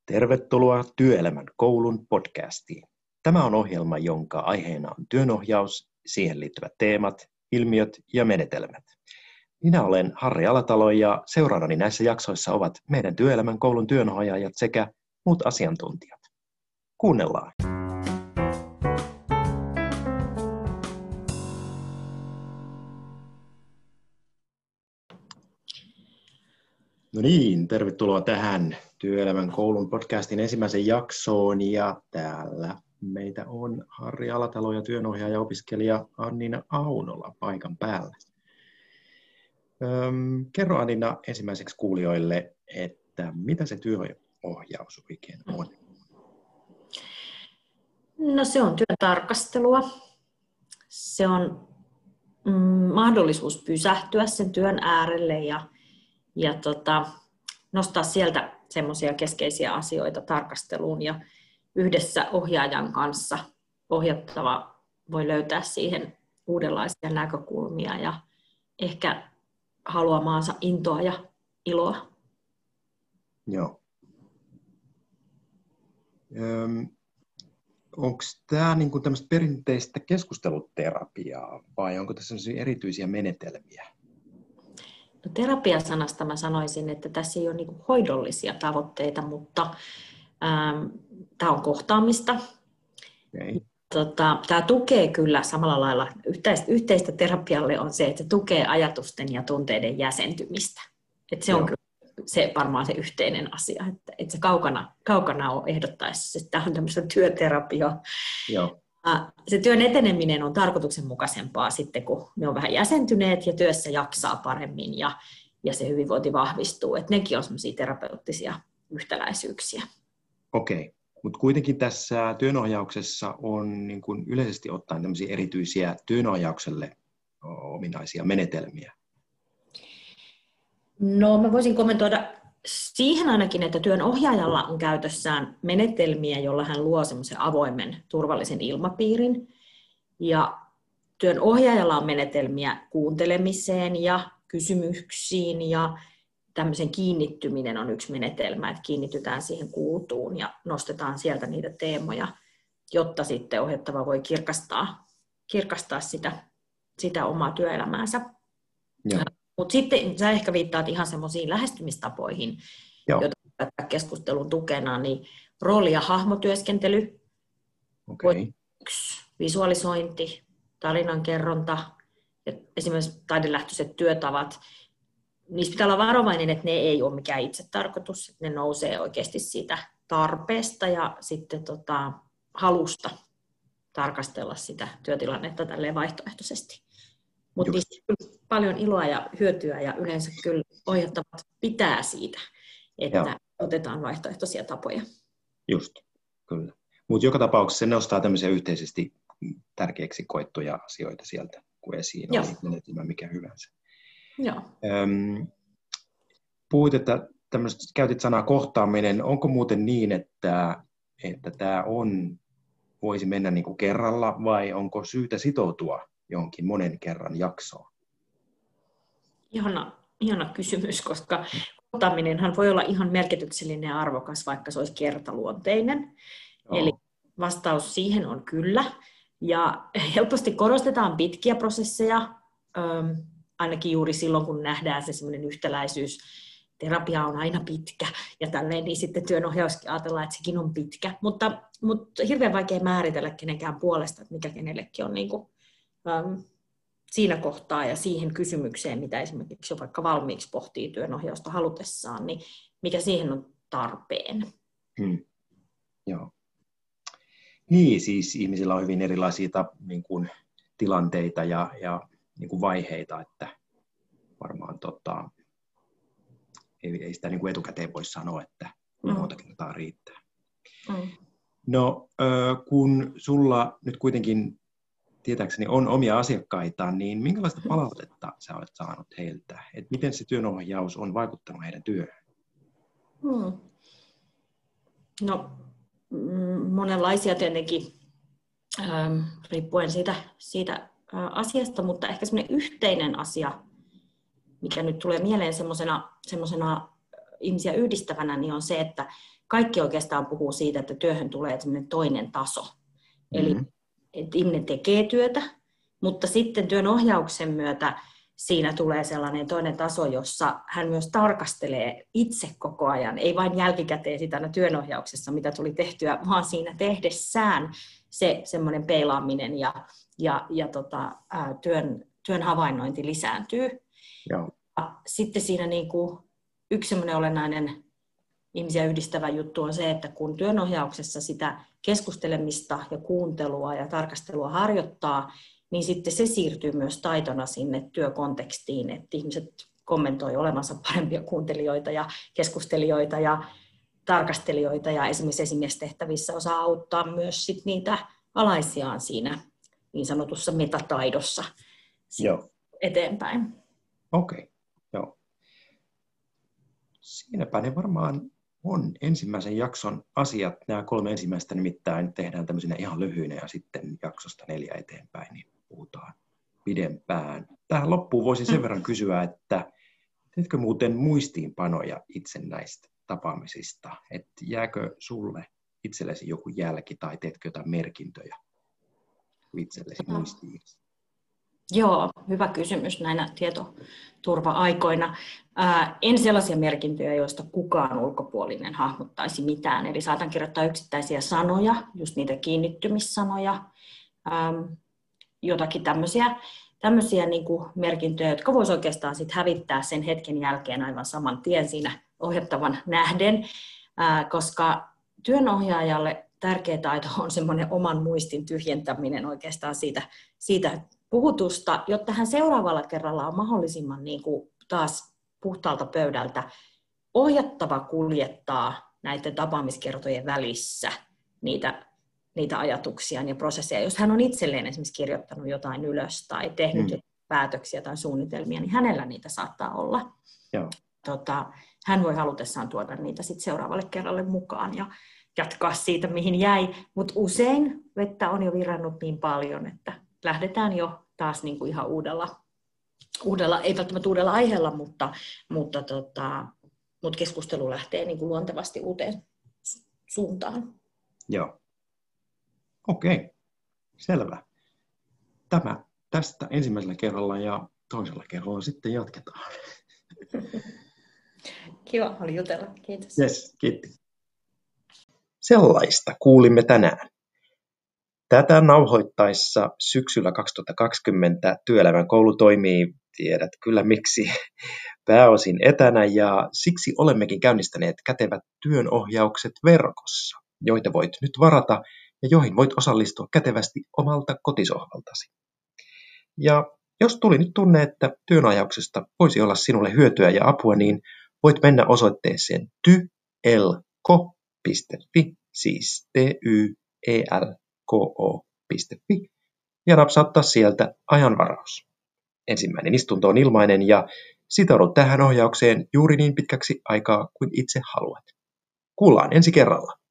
Tervetuloa Työelämän koulun podcastiin. Tämä on ohjelma, jonka aiheena on työnohjaus, siihen liittyvät teemat, ilmiöt ja menetelmät. Minä olen Harri Alatalo ja seuraavani näissä jaksoissa ovat meidän Työelämän koulun työnohjaajat sekä muut asiantuntijat. Kuunnellaan. No niin, tervetuloa tähän Työelämän koulun podcastin ensimmäisen jaksoon ja täällä meitä on Harri Alatalo ja työnohjaaja opiskelija Annina Aunola paikan päällä. Kerro Annina ensimmäiseksi kuulijoille, että mitä se työnohjaus oikein on? No se on työn tarkastelua. Se on mahdollisuus pysähtyä sen työn äärelle ja nostaa sieltä semmoisia keskeisiä asioita tarkasteluun ja yhdessä ohjaajan kanssa ohjattava voi löytää siihen uudenlaisia näkökulmia ja ehkä haluamaansa intoa ja iloa. Joo. Onko tämä niinku tämmöistä perinteistä keskusteluterapiaa vai onko tässä sellaisia erityisiä menetelmiä? No, terapiasanasta mä sanoisin, että tässä ei ole niinku hoidollisia tavoitteita, mutta tämä on kohtaamista. Okay. Tämä tukee kyllä samalla lailla, yhteistä terapialle on se, että se tukee ajatusten ja tunteiden jäsentymistä. Että se on kyllä se, varmaan se yhteinen asia, että se kaukana on ehdottaessa, että tämä on tämmöistä työterapiaa. Joo. Se työn eteneminen on tarkoituksenmukaisempaa sitten, kun ne on vähän jäsentyneet ja työssä jaksaa paremmin ja se hyvinvointi vahvistuu. Että nekin on semmoisia terapeuttisia yhtäläisyyksiä. Okei, mutta kuitenkin tässä työnohjauksessa on niin kuin yleisesti ottaen tämmöisiä erityisiä työnohjaukselle ominaisia menetelmiä. No mä voisin kommentoida siihen ainakin, että työnohjaajalla on käytössään menetelmiä, joilla hän luo semmoisen avoimen, turvallisen ilmapiirin. Ja työnohjaajalla on menetelmiä kuuntelemiseen ja kysymyksiin ja tämmöisen kiinnittyminen on yksi menetelmä, että kiinnitytään siihen kuultuun ja nostetaan sieltä niitä teemoja, jotta sitten ohjattava voi kirkastaa sitä omaa työelämäänsä. Mutta sitten sä ehkä viittaat ihan semmoisiin lähestymistapoihin, joita keskustelun tukena, niin rooli- ja hahmotyöskentely, visualisointi, tarinankerronta ja esimerkiksi taidelähtöiset työtavat. Niissä pitää olla varovainen, että ne ei ole mikään itsetarkoitus, että ne nousee oikeasti siitä tarpeesta ja sitten halusta tarkastella sitä työtilannetta tälleen vaihtoehtoisesti. Mutta niistä on paljon iloa ja hyötyä ja yleensä kyllä ohjattavat pitää siitä, että otetaan vaihtoehtoisia tapoja. Just, kyllä. Mutta joka tapauksessa se nostaa tämmöisiä yhteisesti tärkeäksi koettuja asioita sieltä, kun esiin on menetelmä mikä hyvänsä. Joo. Puhuit, että käytit sanaa kohtaaminen. Onko muuten niin, että tämä voisi mennä niin kuin kerralla vai onko syytä sitoutua johonkin monen kerran jaksoon? Ihana kysymys, koska kohtaminenhan voi olla ihan merkityksellinen ja arvokas, vaikka se olisi kertaluonteinen. Eli vastaus siihen on kyllä. Ja helposti korostetaan pitkiä prosesseja, ainakin juuri silloin, kun nähdään se semmoinen yhtäläisyys. Terapia on aina pitkä ja tälleen, niin sitten työnohjauskin ajatellaan, että sekin on pitkä. Mutta hirveän vaikea määritellä kenenkään puolesta, että mikä kenellekin on niin kuin, siinä kohtaa ja siihen kysymykseen, mitä esimerkiksi jo vaikka valmiiksi pohtii työnohjausta halutessaan, niin mikä siihen on tarpeen. Joo. Niin, siis ihmisillä on hyvin erilaisia niin kuin, tilanteita ja niin kuin vaiheita, että varmaan ei sitä niin kuin etukäteen voi sanoa, että monta kertaa riittää. No, kun sulla nyt kuitenkin tietääkseni on omia asiakkaita, niin minkälaista palautetta sä olet saanut heiltä? Et miten se työnohjaus on vaikuttanut heidän työhön? No, monenlaisia tietenkin, riippuen siitä asiasta, mutta ehkä semmoinen yhteinen asia, mikä nyt tulee mieleen semmoisena ihmisiä yhdistävänä, niin on se, että kaikki oikeastaan puhuu siitä, että työhön tulee sellainen toinen taso. Eli että ihminen tekee työtä, mutta sitten työn ohjauksen myötä siinä tulee sellainen toinen taso, jossa hän myös tarkastelee itse koko ajan, ei vain jälkikäteen sitä aina työnohjauksessa, mitä tuli tehtyä, vaan siinä tehdessään se semmoinen peilaaminen ja työn havainnointi lisääntyy. Joo. Sitten siinä niin kuin yksi semmoinen olennainen ihmisiä yhdistävä juttu on se, että kun työnohjauksessa sitä keskustelemista ja kuuntelua ja tarkastelua harjoittaa, niin sitten se siirtyy myös taitona sinne työkontekstiin, että ihmiset kommentoi olevansa parempia kuuntelijoita ja keskustelijoita ja tarkastelijoita ja esimerkiksi esimiestehtävissä osaa auttaa myös sit niitä alaisiaan siinä niin sanotussa metataidossa eteenpäin. Okei, joo. Siinäpä ne varmaan on ensimmäisen jakson asiat. Nämä 3 ensimmäistä nimittäin tehdään tämmöisenä ihan lyhyinä ja sitten jaksosta 4 eteenpäin, niin puhutaan pidempään. Tähän loppuun voisin sen verran kysyä, että teetkö muuten muistiinpanoja itse näistä tapaamisista? Että jääkö sulle itsellesi joku jälki tai teetkö jotain merkintöjä itsellesi muistiin? Joo, hyvä kysymys näinä tietoturva-aikoina. En sellaisia merkintöjä, joista kukaan ulkopuolinen hahmottaisi mitään. Eli saatan kirjoittaa yksittäisiä sanoja, just niitä kiinnittymissanoja, jotakin tämmöisiä niin kuin merkintöjä, jotka voisi oikeastaan sit hävittää sen hetken jälkeen aivan saman tien siinä ohjattavan nähden, koska työnohjaajalle tärkeä taito on semmoinen oman muistin tyhjentäminen oikeastaan siitä puhutusta, jotta hän seuraavalla kerralla on mahdollisimman niin kuin taas puhtaalta pöydältä ohjattava kuljettaa näiden tapaamiskertojen välissä niitä ajatuksia ja prosesseja. Jos hän on itselleen esimerkiksi kirjoittanut jotain ylös tai tehnyt päätöksiä tai suunnitelmia, niin hänellä niitä saattaa olla. Joo. Hän voi halutessaan tuoda niitä sit seuraavalle kerralle mukaan ja jatkaa siitä, mihin jäi. Mutta usein vettä on jo virrannut niin paljon, että lähdetään jo taas niin kuin ihan uudella, ei välttämättä uudella aiheella, mutta keskustelu lähtee niin kuin luontevasti uuteen suuntaan. Joo. Okei, selvä. Tämä tästä ensimmäisellä kerralla ja toisella kerralla sitten jatketaan. Kiva oli jutella, kiitos. Yes, kiitos. Sellaista kuulimme tänään. Tätä nauhoittaessa syksyllä 2020 työelämän koulu toimii, tiedät kyllä miksi, pääosin etänä ja siksi olemmekin käynnistäneet kätevät työnohjaukset verkossa, joita voit nyt varata ja joihin voit osallistua kätevästi omalta kotisohvaltasi. Ja jos tuli nyt tunne, että työnohjauksesta voisi olla sinulle hyötyä ja apua, niin voit mennä osoitteeseen tyelko.fi, siis tyelko.fi, ja napsauttaa sieltä ajanvaraus. Ensimmäinen istunto on ilmainen ja sitoudut tähän ohjaukseen juuri niin pitkäksi aikaa kuin itse haluat. Kuullaan ensi kerralla.